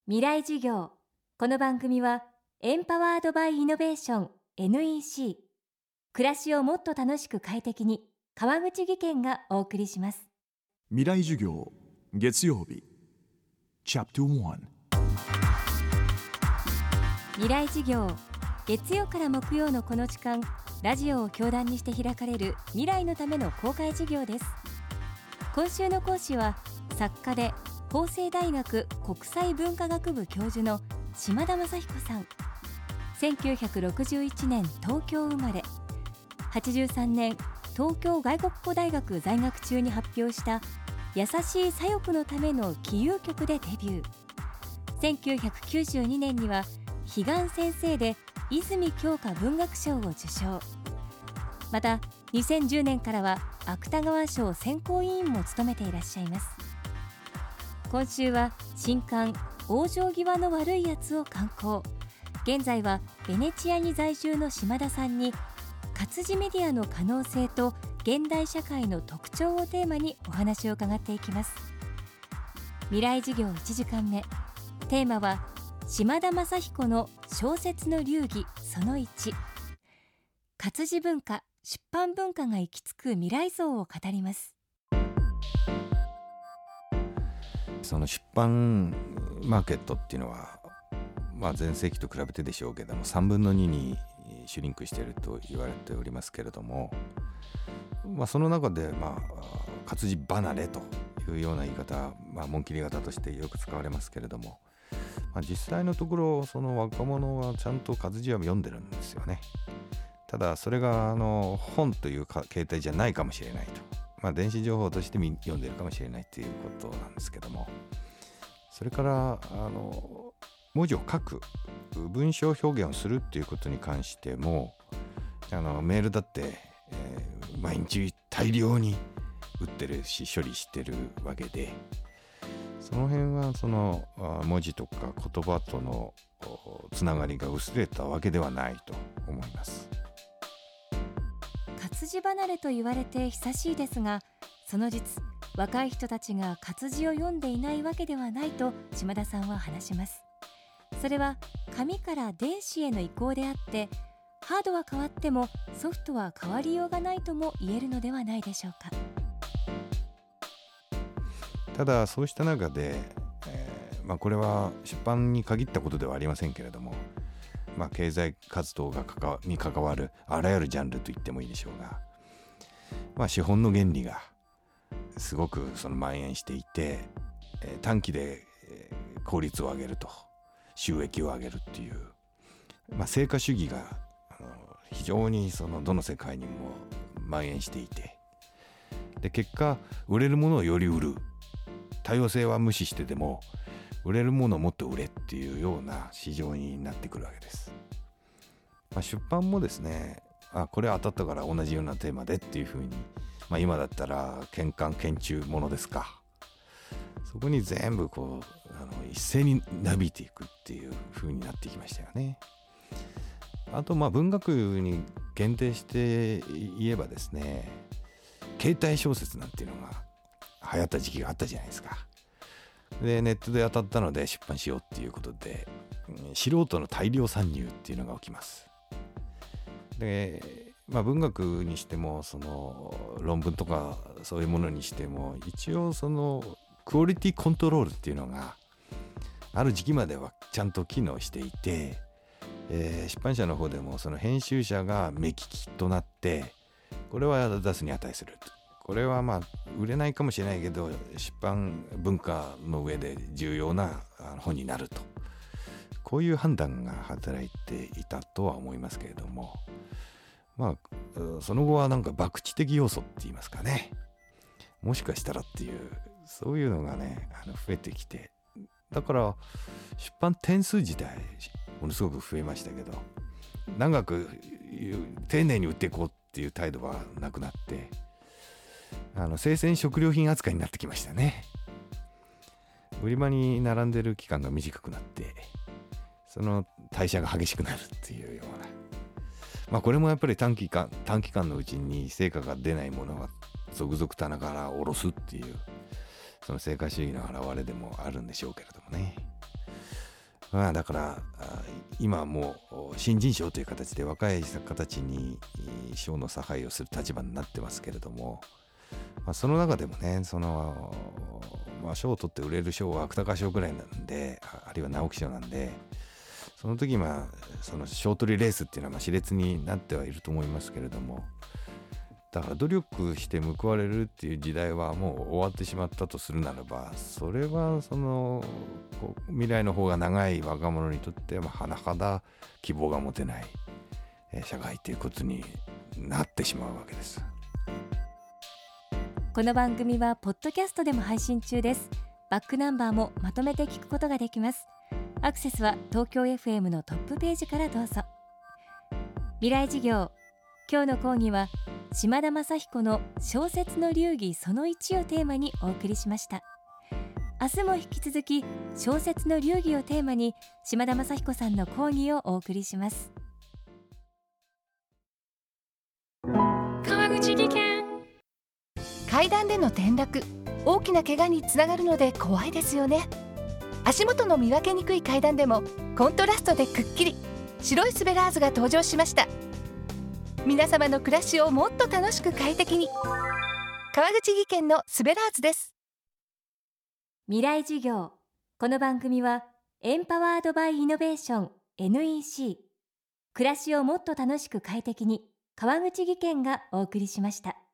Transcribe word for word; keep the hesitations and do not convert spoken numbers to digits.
未来授業。この番組はエンパワードバイイノベーション エヌイーシー 暮らしをもっと楽しく快適に川口義賢がお送りします。 未来授業月曜日チャプターワン未来授業月曜から木曜のこの時間、ラジオを教壇にして開かれる未来のための公開授業です。今週の講師は作家で法政大学国際文化学部教授の島田雅彦さん。せんきゅうひゃくろくじゅういちねん東京生まれ、はちじゅうさんねん東京外国語大学在学中に発表した優しい左翼のための喜遊曲でデビュー。せんきゅうひゃくきゅうじゅうにねんには彼岸先生で泉鏡花文学賞を受賞。またにせんじゅうねんからは芥川賞選考委員も務めていらっしゃいます。今週は新刊往生際の悪いやつを刊行。現在はベネチアに在住の島田さんに活字メディアの可能性と現代社会の特徴をテーマにお話を伺っていきます。未来授業いちじかんめ、テーマは島田雅彦の小説の流儀そのいち、活字文化出版文化が行き着く未来像を語ります。 その出版マーケットっていうのは、まあ、前世紀と比べてでしょうけどもさんぶんのににシュリンクしていると言われておりますけれども、まあ、その中で、まあ、活字離れというような言い方、まあ、紋切り方としてよく使われますけれども、まあ、実際のところその若者はちゃんと活字は読んでるんですよね。ただそれがあの本というか形態じゃないかもしれないと、まあ、電子情報として読んでるかもしれないということなんですけども、それからあの文字を書く文章表現をするっていうことに関してもあのメールだって、えー、毎日大量に打ってるし処理してるわけで、その辺はその文字とか言葉とのつながりが薄れたわけではないと思います。 活字離れと言われて久しいですが、その実若い人たちが活字を読んでいないわけではないと島田さんは話します。それは紙から電子への移行であって、ハードは変わってもソフトは変わりようがないとも言えるのではないでしょうか。 ただそうした中で、えーまあ、これは出版に限ったことではありませんけれども、まあ、経済活動が関わに関わるあらゆるジャンルと言ってもいいでしょうが、まあ、資本の原理がすごくその蔓延していて、えー、短期で効率を上げると収益を上げるっていう、まあ、成果主義があの非常にそのどの世界にも蔓延していて、で結果売れるものをより売る、多様性は無視してでも売れるものをもっと売れっていうような市場になってくるわけです。まあ、出版もですね、あこれ当たったから同じようなテーマでっていうふうに、まあ、今だったら喧嘩研究ものですか、そこに全部こうあの一斉になびいていくっていう風になってきましたよね。あとまあ文学に限定して言えばですね、携帯小説なんていうのが流行った時期があったじゃないですか。でネットで当たったので出版しようっていうことで、素人の大量参入っていうのが起きます。でまあ、文学にしてもその論文とかそういうものにしても一応そのクオリティコントロールっていうのがある時期まではちゃんと機能していて、えー、出版社の方でもその編集者が目利きとなって、これは出すに値すると、これはまあ売れないかもしれないけど出版文化の上で重要な本になると、こういう判断が働いていたとは思いますけれども、まあその後はなんか博打的要素って言いますかね、もしかしたらっていうそういうのがねあの増えてきて、だから出版点数自体ものすごく増えましたけど、長く丁寧に売っていこうっていう態度はなくなって、あの生鮮食料品扱いになってきましたね。売り場に並んでる期間が短くなって、その代謝が激しくなるっていうような、まあこれもやっぱり短期間短期間のうちに成果が出ないものが続々棚から下ろすっていう、その成果主義の表れでもあるんでしょうけれどもね。 まあ、だから今もう新人賞という形で若い作家たちに賞の差配をする立場になってますけれども、まあ、その中でもねその、まあ、賞を取って売れる賞は芥川賞ぐらいなんで、あるいは直木賞なんで、その時まあその賞取りレースっていうのはまあ熾烈になってはいると思いますけれども、だから努力して報われるっていう時代はもう終わってしまったとするならば、それはそのこう未来の方が長い若者にとっては甚だ希望が持てない社会ということになってしまうわけです。 この番組はポッドキャストでも配信中です。バックナンバーもまとめて聞くことができます。アクセスは東京 エフエム のトップページからどうぞ。未来事業、今日の講義は島田雅彦の小説の流儀そのいちをテーマにお送りしました。明日も引き続き小説の流儀をテーマに島田雅彦さんの講義をお送りします。 川口技研。階段での転落、大きな怪我につながるので怖いですよね。足元の見分けにくい階段でもコントラストでくっきり白いスベラーズが登場しました。皆様の暮らしをもっと楽しく快適に、川口技研のスベラーズです。 未来事業、この番組はエンパワードバイイノベーション エヌイーシー、 暮らしをもっと楽しく快適に、川口技研がお送りしました。